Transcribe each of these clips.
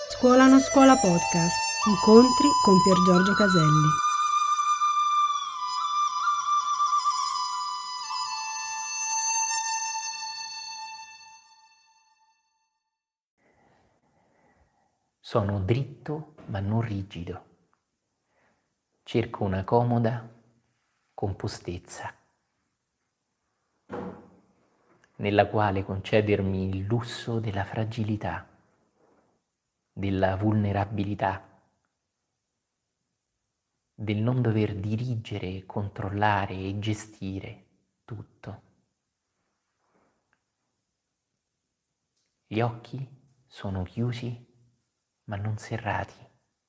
Scuola non scuola podcast. Incontri con Pier Giorgio Caselli. Sono dritto ma non rigido. Cerco una comoda compostezza, nella quale concedermi il lusso della fragilità, della vulnerabilità, del non dover dirigere, controllare e gestire tutto. Gli occhi sono chiusi ma non serrati.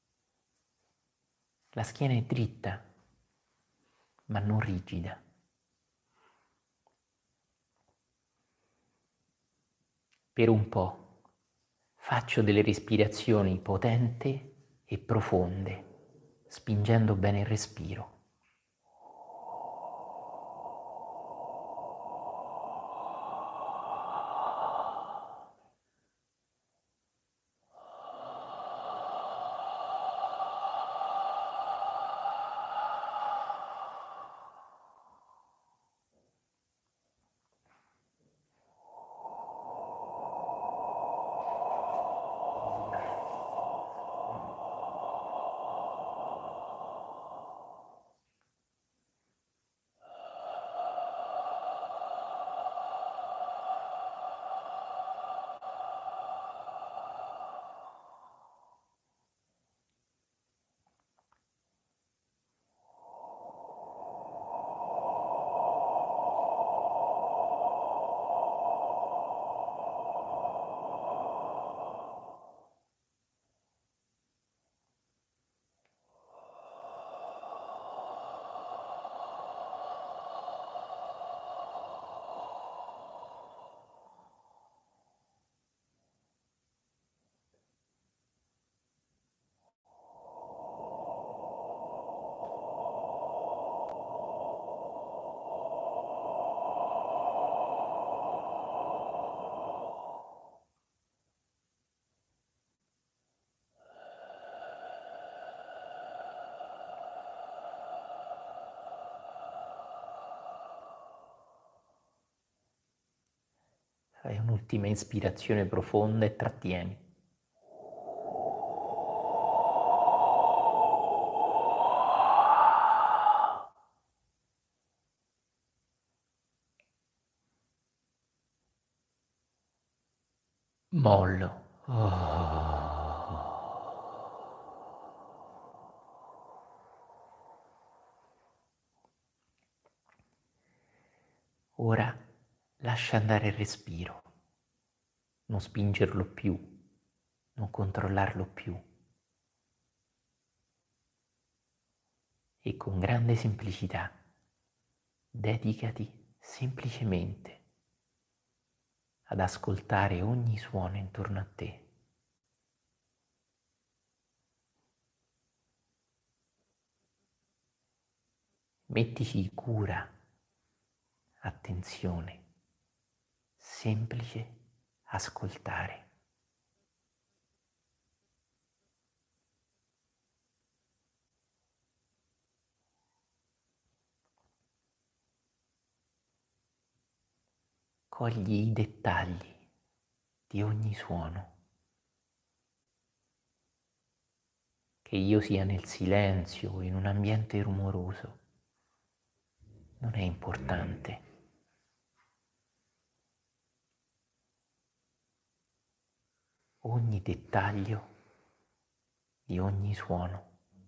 La schiena è dritta ma non rigida. Per un po' faccio delle respirazioni potenti e profonde, spingendo bene il respiro. Fai un'ultima ispirazione profonda e trattieni. Mollo. Ora lascia andare il respiro, non spingerlo più, non controllarlo più. E con grande semplicità dedicati semplicemente ad ascoltare ogni suono intorno a te. Mettici cura, attenzione, semplice ascoltare. Cogli i dettagli di ogni suono. Che io sia nel silenzio o in un ambiente rumoroso non è importante. Ogni dettaglio di ogni suono.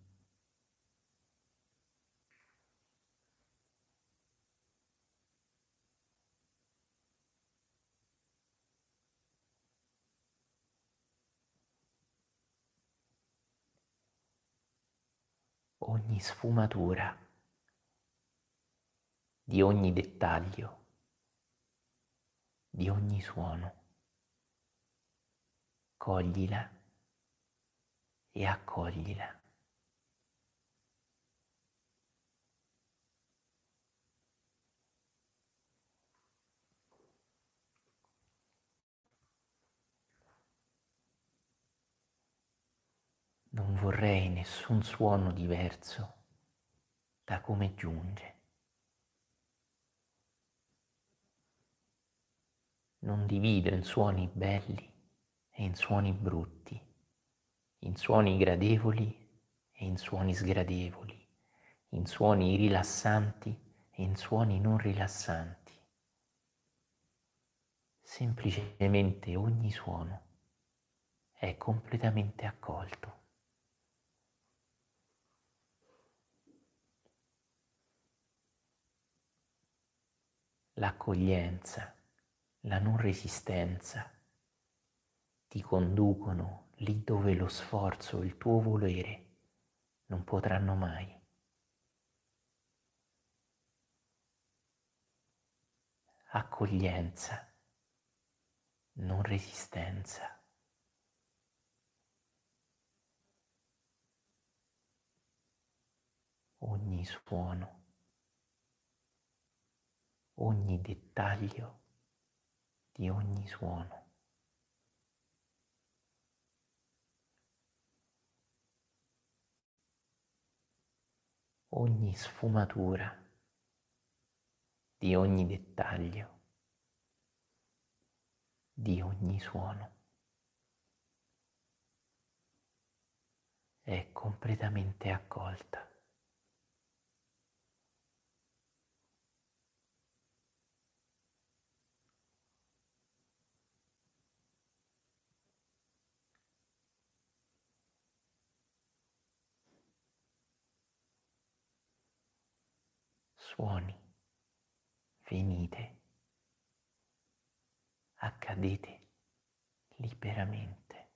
Ogni sfumatura di ogni dettaglio, di ogni suono. Coglila e accoglila. Non vorrei nessun suono diverso da come giunge. Non divido in suoni belli e in suoni brutti, in suoni gradevoli e in suoni sgradevoli, in suoni rilassanti e in suoni non rilassanti. Semplicemente ogni suono è completamente accolto. L'accoglienza, la non resistenza ti conducono lì dove lo sforzo e il tuo volere non potranno mai. Accoglienza, non resistenza. Ogni suono, ogni dettaglio di ogni suono. Ogni sfumatura di ogni dettaglio, di ogni suono è completamente accolta. Suoni, venite, accadete liberamente.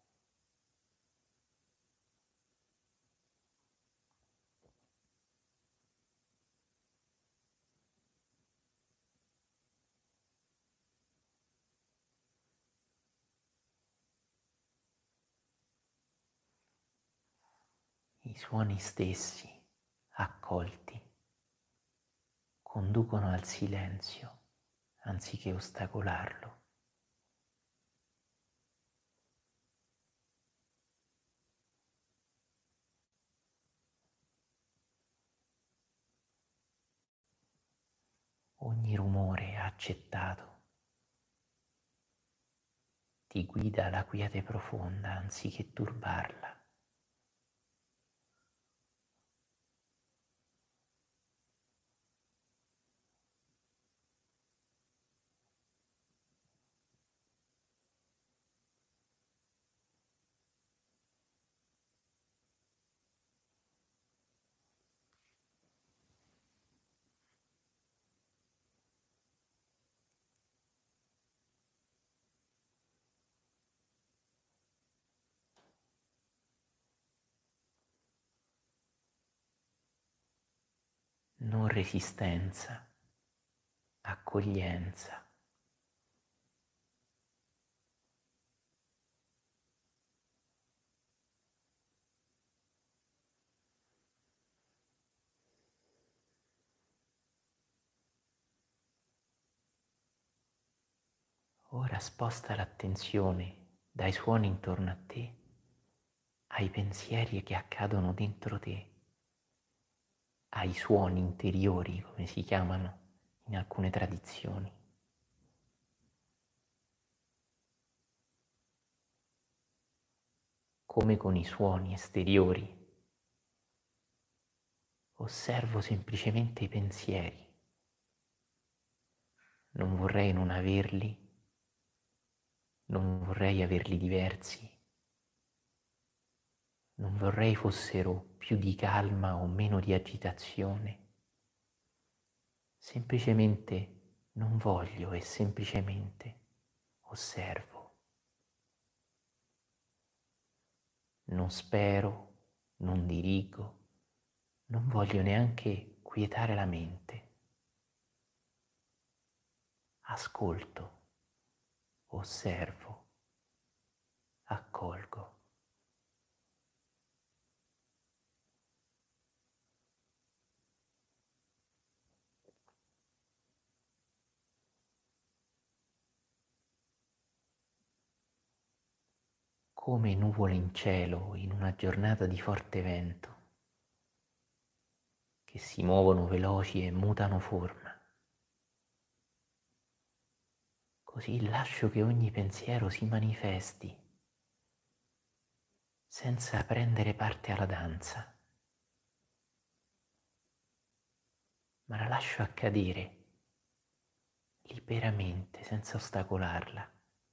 I suoni stessi, accolti, conducono al silenzio anziché ostacolarlo. Ogni rumore accettato ti guida alla quiete profonda anziché turbarla. Non resistenza, accoglienza. Ora sposta l'attenzione dai suoni intorno a te ai pensieri che accadono dentro te, ai suoni interiori, come si chiamano in alcune tradizioni. Come con i suoni esteriori, osservo semplicemente i pensieri. Non vorrei non averli, non vorrei averli diversi, non vorrei fossero più di calma o meno di agitazione. Semplicemente non voglio e semplicemente osservo. Non spero, non dirigo, non voglio neanche quietare la mente. Ascolto, osservo, accolgo. come nuvole in cielo in una giornata di forte vento, che si muovono veloci e mutano forma. Così lascio che ogni pensiero si manifesti senza prendere parte alla danza, ma la lascio accadere liberamente, senza ostacolarla.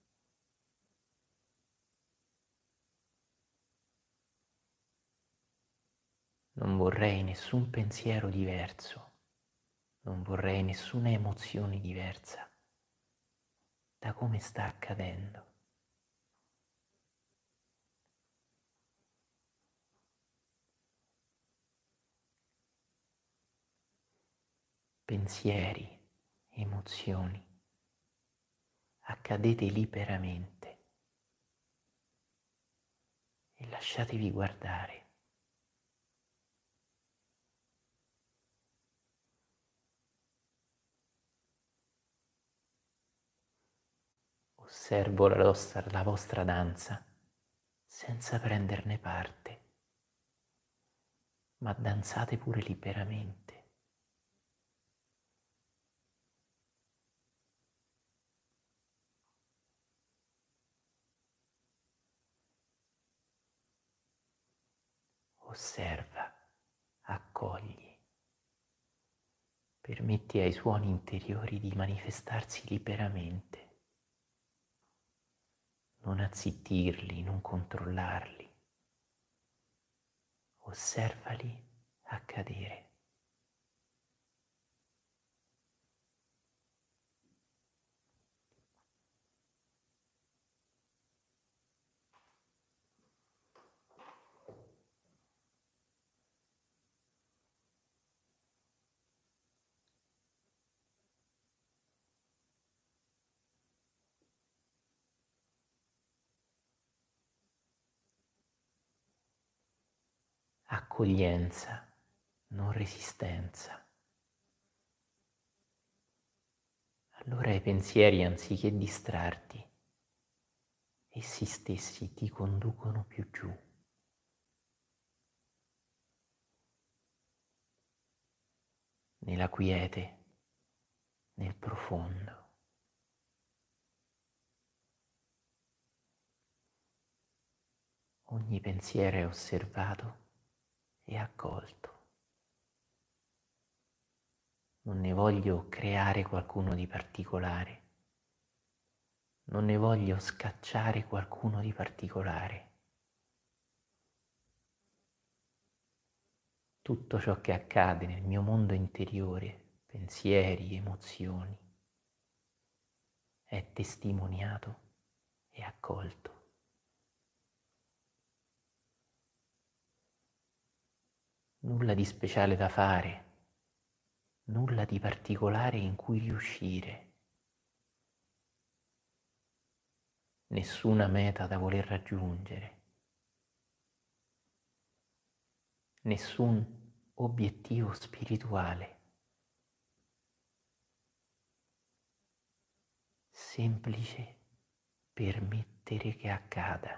Non vorrei nessun pensiero diverso, non vorrei nessuna emozione diversa da come sta accadendo. Pensieri, emozioni, accadete liberamente e lasciatevi guardare. Osservo la vostra danza senza prenderne parte, ma danzate pure liberamente. Osserva, accogli, permetti ai suoni interiori di manifestarsi liberamente. Non azzittirli, non controllarli. Osservali accadere. Accoglienza, non resistenza. Allora i pensieri, anziché distrarti, essi stessi ti conducono più giù. Nella quiete, nel profondo. Ogni pensiero è osservato e accolto. Non ne voglio creare qualcuno di particolare. Non ne voglio scacciare qualcuno di particolare. Tutto ciò che accade nel mio mondo interiore, pensieri, emozioni, è testimoniato e accolto. Nulla di speciale da fare, nulla di particolare in cui riuscire, nessuna meta da voler raggiungere, nessun obiettivo spirituale, semplice permettere che accada.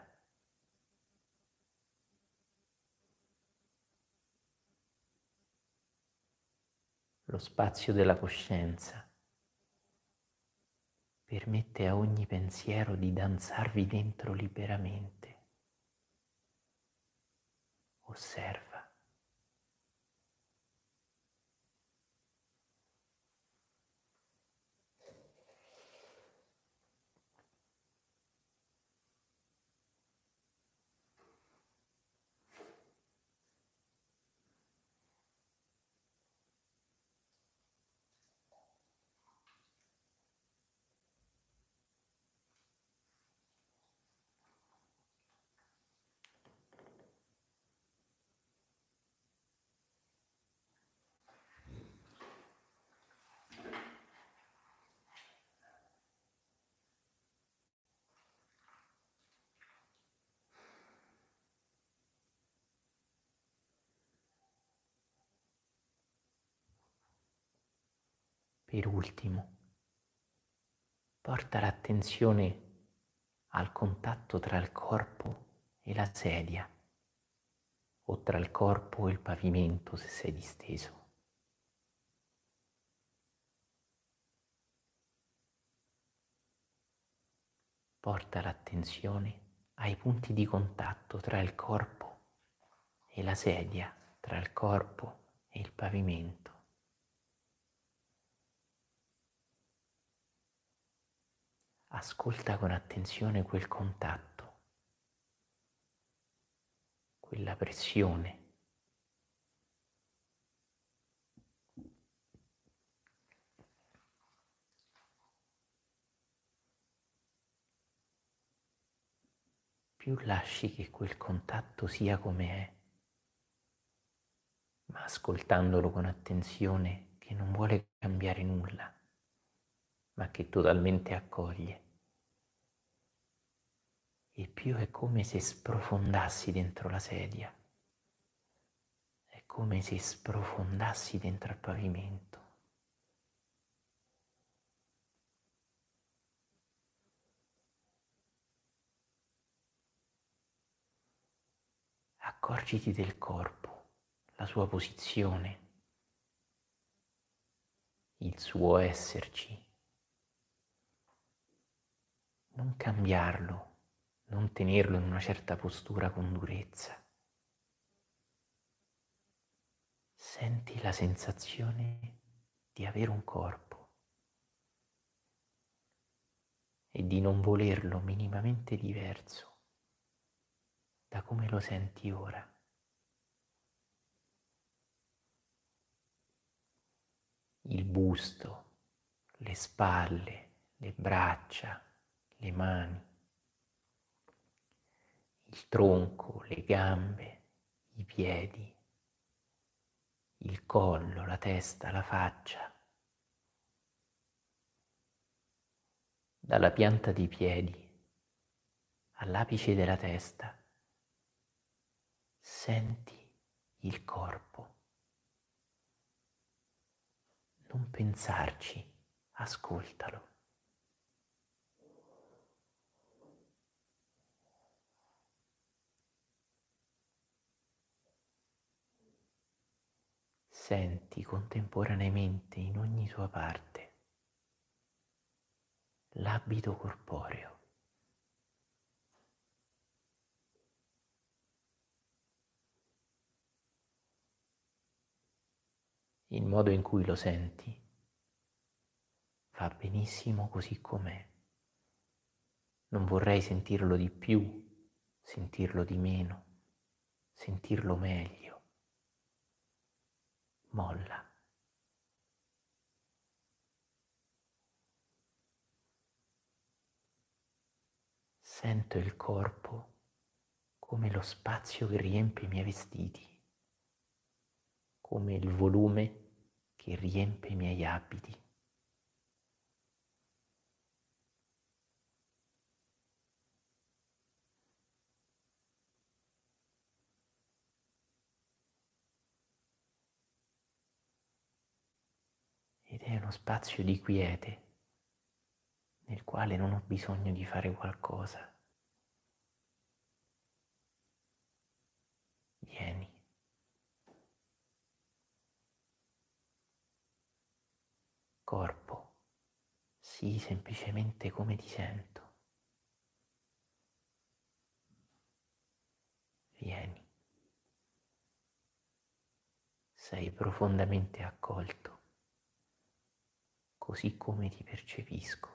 Lo spazio della coscienza permette a ogni pensiero di danzarvi dentro liberamente. Osserva. Per ultimo, porta l'attenzione al contatto tra il corpo e la sedia, o tra il corpo e il pavimento se sei disteso. Porta l'attenzione ai punti di contatto tra il corpo e la sedia, tra il corpo e il pavimento. Ascolta con attenzione quel contatto, quella pressione. Più lasci che quel contatto sia come è, ma ascoltandolo con attenzione che non vuole cambiare nulla, ma che totalmente accoglie. E più è come se sprofondassi dentro la sedia, è come se sprofondassi dentro il pavimento. Accorgiti del corpo, la sua posizione, il suo esserci. Non cambiarlo, non tenerlo in una certa postura con durezza. Senti la sensazione di avere un corpo e di non volerlo minimamente diverso da come lo senti ora. Il busto, le spalle, le braccia, le mani, il tronco, le gambe, i piedi, il collo, la testa, la faccia. Dalla pianta dei piedi all'apice della testa, senti il corpo. Non pensarci, ascoltalo. Senti contemporaneamente in ogni sua parte l'abito corporeo. Il modo in cui lo senti va benissimo così com'è. Non vorrei sentirlo di più, sentirlo di meno, sentirlo meglio. Molla. Sento il corpo come lo spazio che riempie i miei vestiti, come il volume che riempie i miei abiti. Ed è uno spazio di quiete nel quale non ho bisogno di fare qualcosa. Vieni. Corpo, sii semplicemente come ti sento. Vieni. Sei profondamente accolto, così come ti percepisco.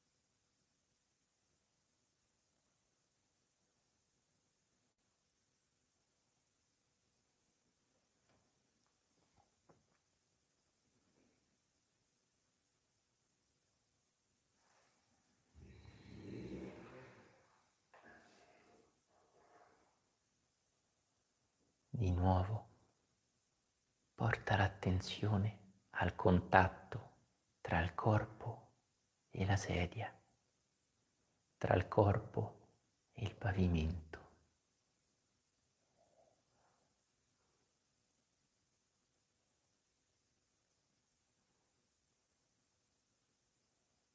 Di nuovo, porta l'attenzione al contatto tra il corpo e la sedia, tra il corpo e il pavimento.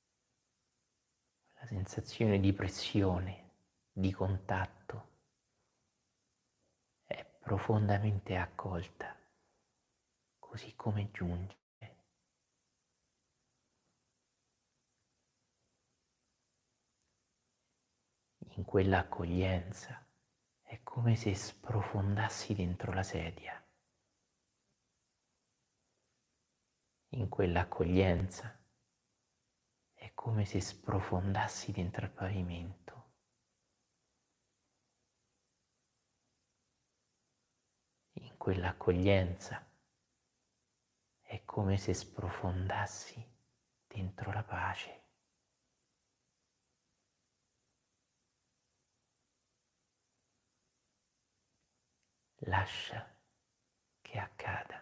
La sensazione di pressione, di contatto, profondamente accolta, così come giunge. In quell'accoglienza è come se sprofondassi dentro la sedia. In quell'accoglienza è come se sprofondassi dentro il pavimento. In quell'accoglienza è come se sprofondassi dentro la pace. Lascia che accada.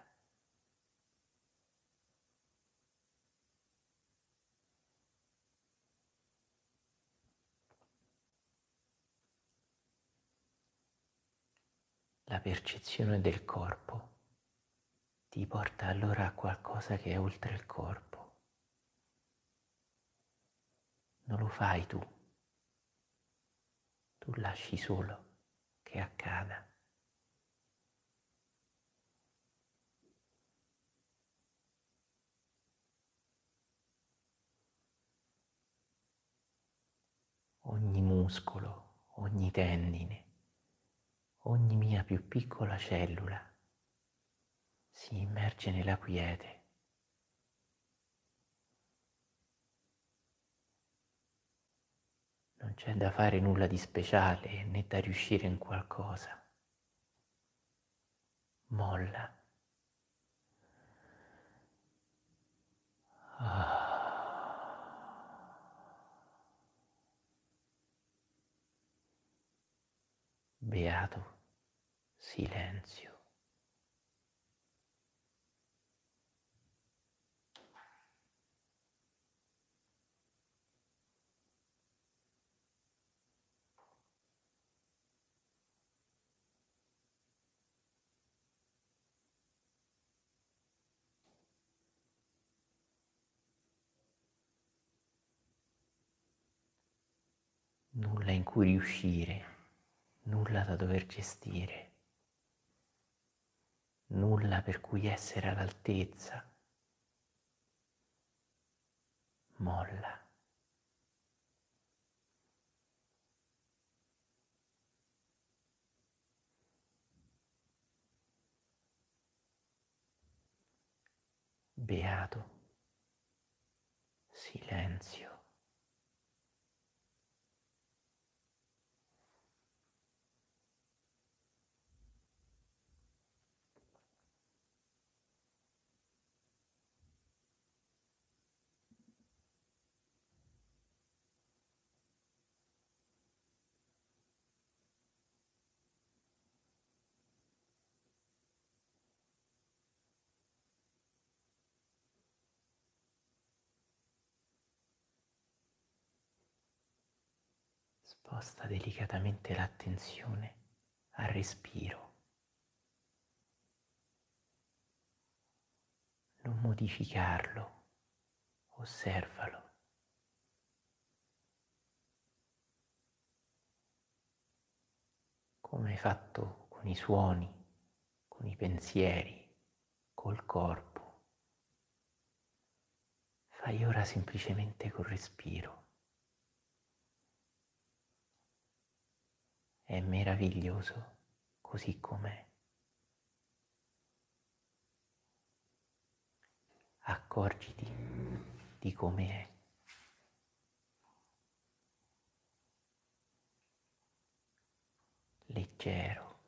La percezione del corpo ti porta allora a qualcosa che è oltre il corpo. Non lo fai tu lasci solo che accada. Ogni muscolo, ogni tendine, ogni mia più piccola cellula si immerge nella quiete. Non c'è da fare nulla di speciale né da riuscire in qualcosa. Molla. Beato silenzio. Nulla in cui riuscire, nulla da dover gestire, nulla per cui essere all'altezza. Molla. Beato silenzio. Sposta delicatamente l'attenzione al respiro. Non modificarlo, osservalo. Come hai fatto con i suoni, con i pensieri, col corpo. Fai ora semplicemente col respiro. È meraviglioso così com'è. Accorgiti di come è. Leggero,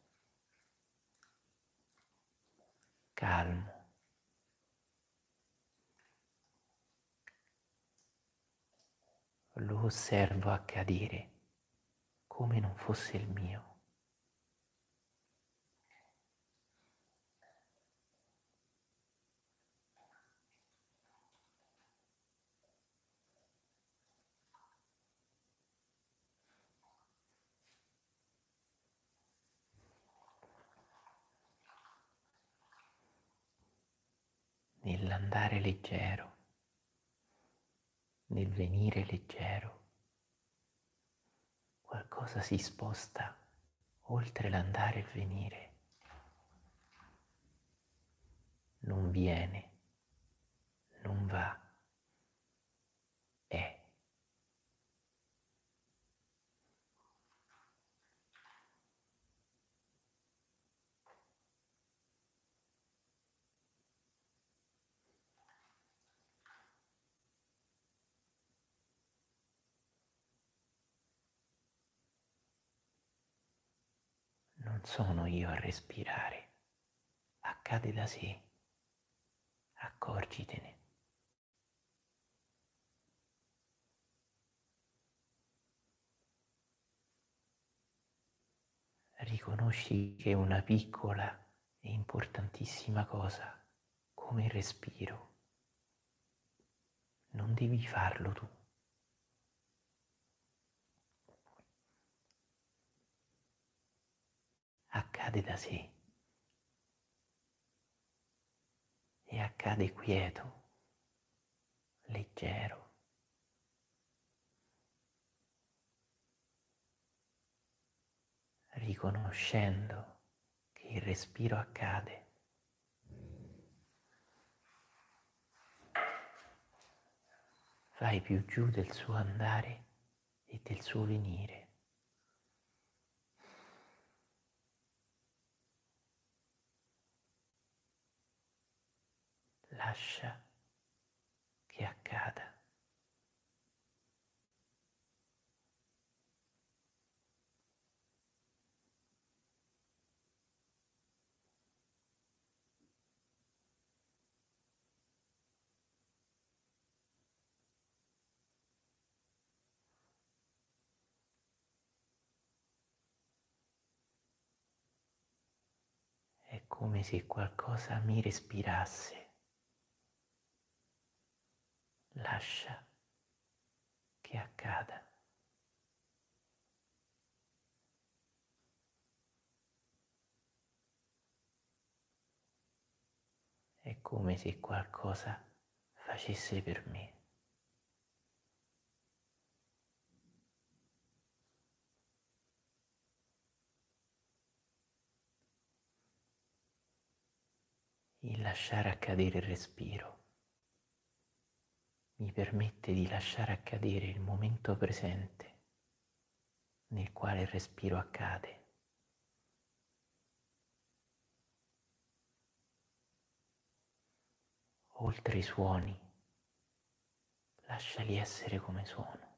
calmo. Lo osservo accadere come non fosse il mio. Nell'andare leggero, nel venire leggero, qualcosa si sposta oltre l'andare e il venire. non viene, non va, è. Non sono io a respirare, accade da sé, accorgitene. Riconosci che una piccola e importantissima cosa, come il respiro, non devi farlo tu. Accade da sé e accade quieto, leggero. Riconoscendo che il respiro accade. Vai più giù del suo andare e del suo venire. Lascia che accada. È come se qualcosa mi respirasse. Lascia che accada. È come se qualcosa facesse per me. Il lasciare accadere il respiro mi permette di lasciare accadere il momento presente nel quale il respiro accade. Oltre i suoni, lasciali essere come sono.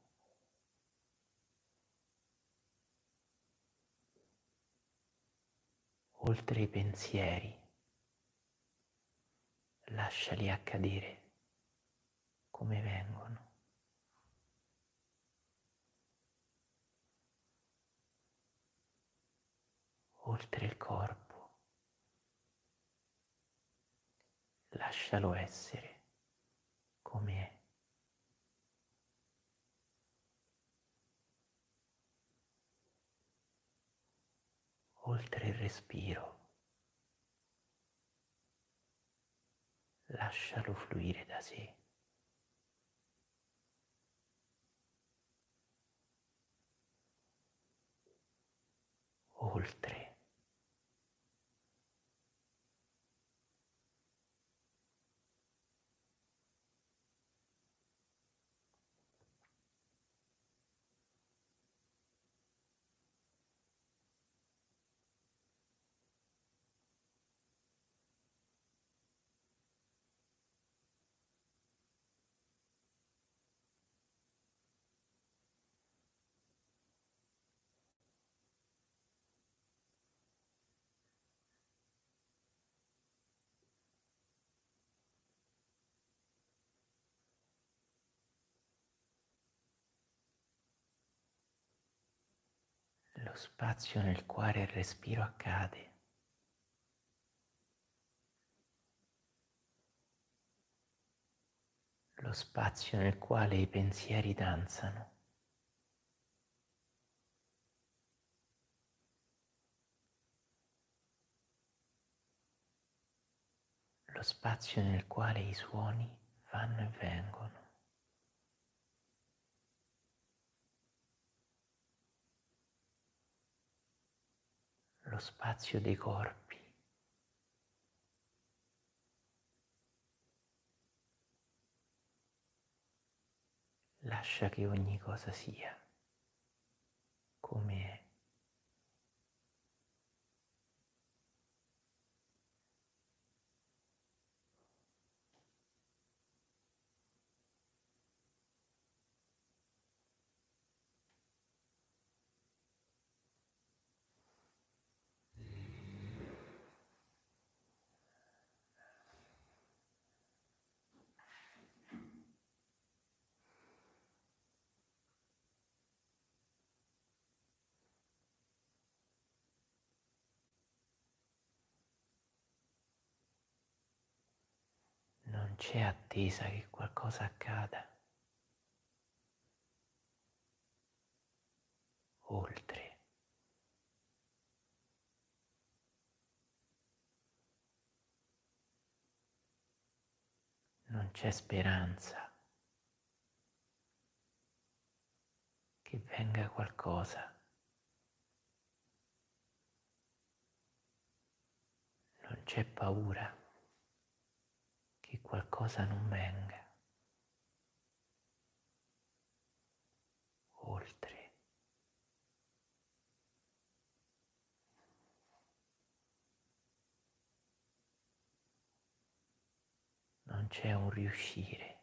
Oltre i pensieri, lasciali accadere come vengono. Oltre il corpo, lascialo essere come è. Oltre il respiro, lascialo fluire da sé. Oltre. Lo spazio nel quale il respiro accade. Lo spazio nel quale i pensieri danzano. Lo spazio nel quale i suoni vanno e vengono. Lo spazio dei corpi. lascia che ogni cosa sia come è. Non c'è attesa che qualcosa accada. Oltre. Non c'è speranza che venga qualcosa. Non c'è paura che qualcosa non venga. Oltre. Non c'è un riuscire,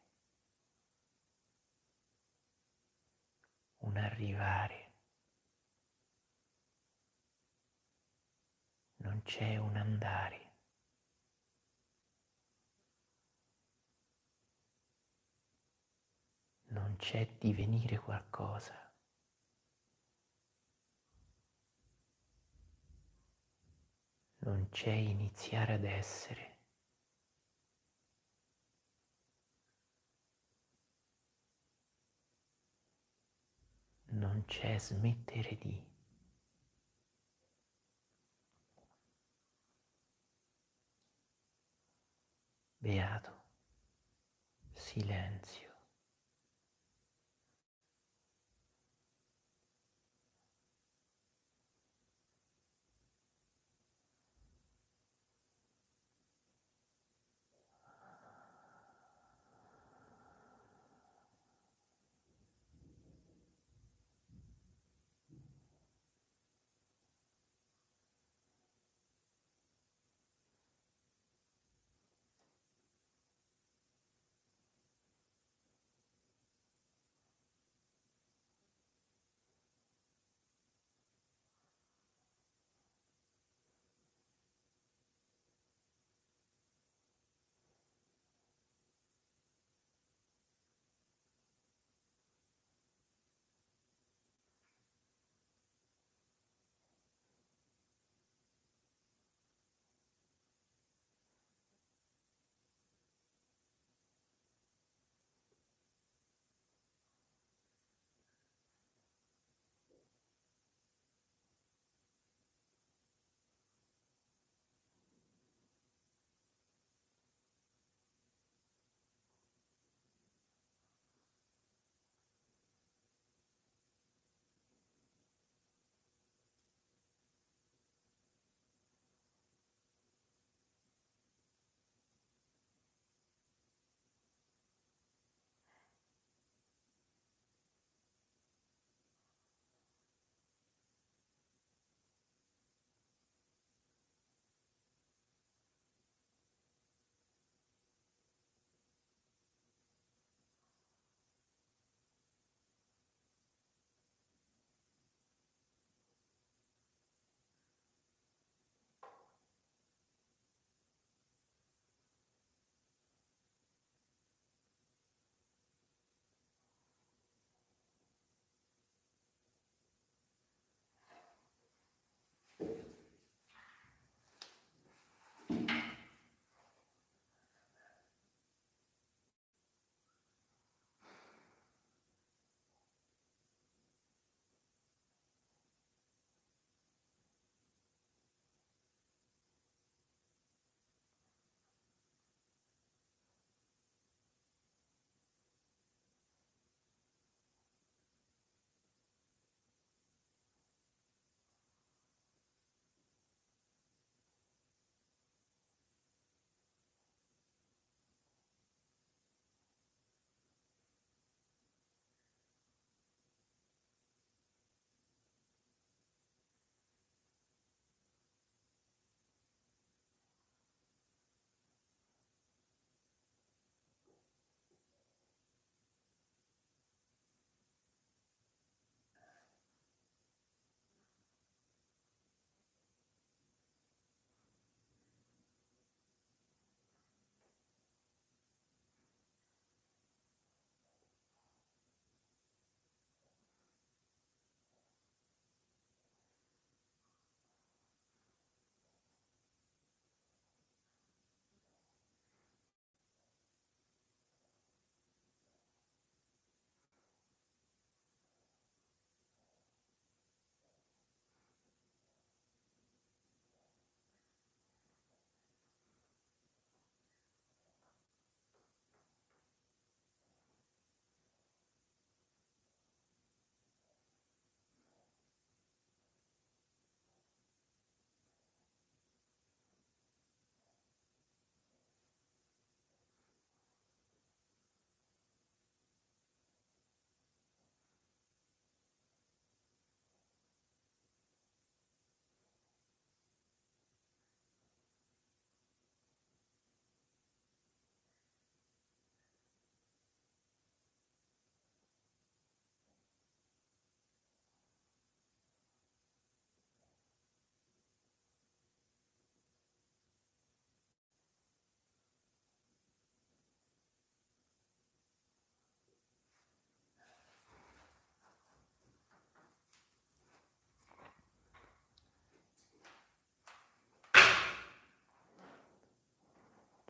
un arrivare. Non c'è un andare. Non c'è divenire qualcosa. Non c'è iniziare ad essere. Non c'è smettere di. Beato. Silenzio.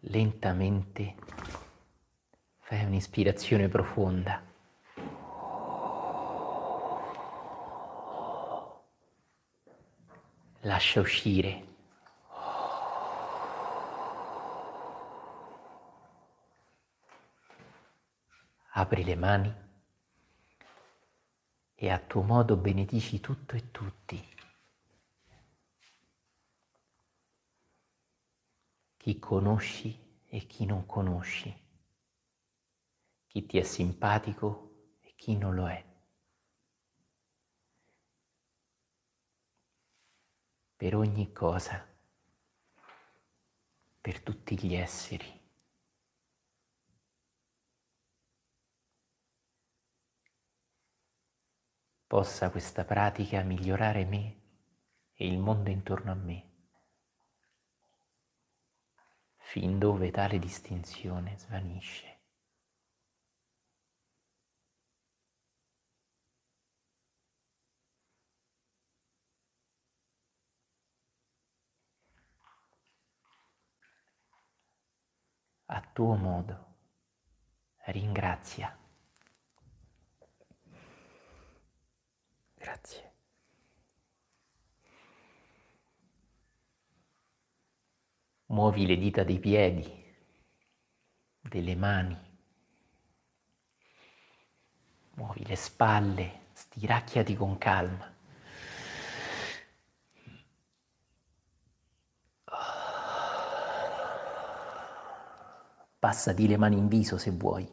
lentamente fai un'ispirazione profonda. Lascia uscire. Apri le mani e a tuo modo benedici tutto e tutti. Chi conosci e chi non conosci. Chi ti è simpatico e chi non lo è. Per ogni cosa, per tutti gli esseri. Possa questa pratica migliorare me e il mondo intorno a me, fin dove tale distinzione svanisce. A tuo modo, ringrazia. Grazie. Muovi le dita dei piedi, delle mani, muovi le spalle, stiracchiati con calma. Passati le mani in viso se vuoi.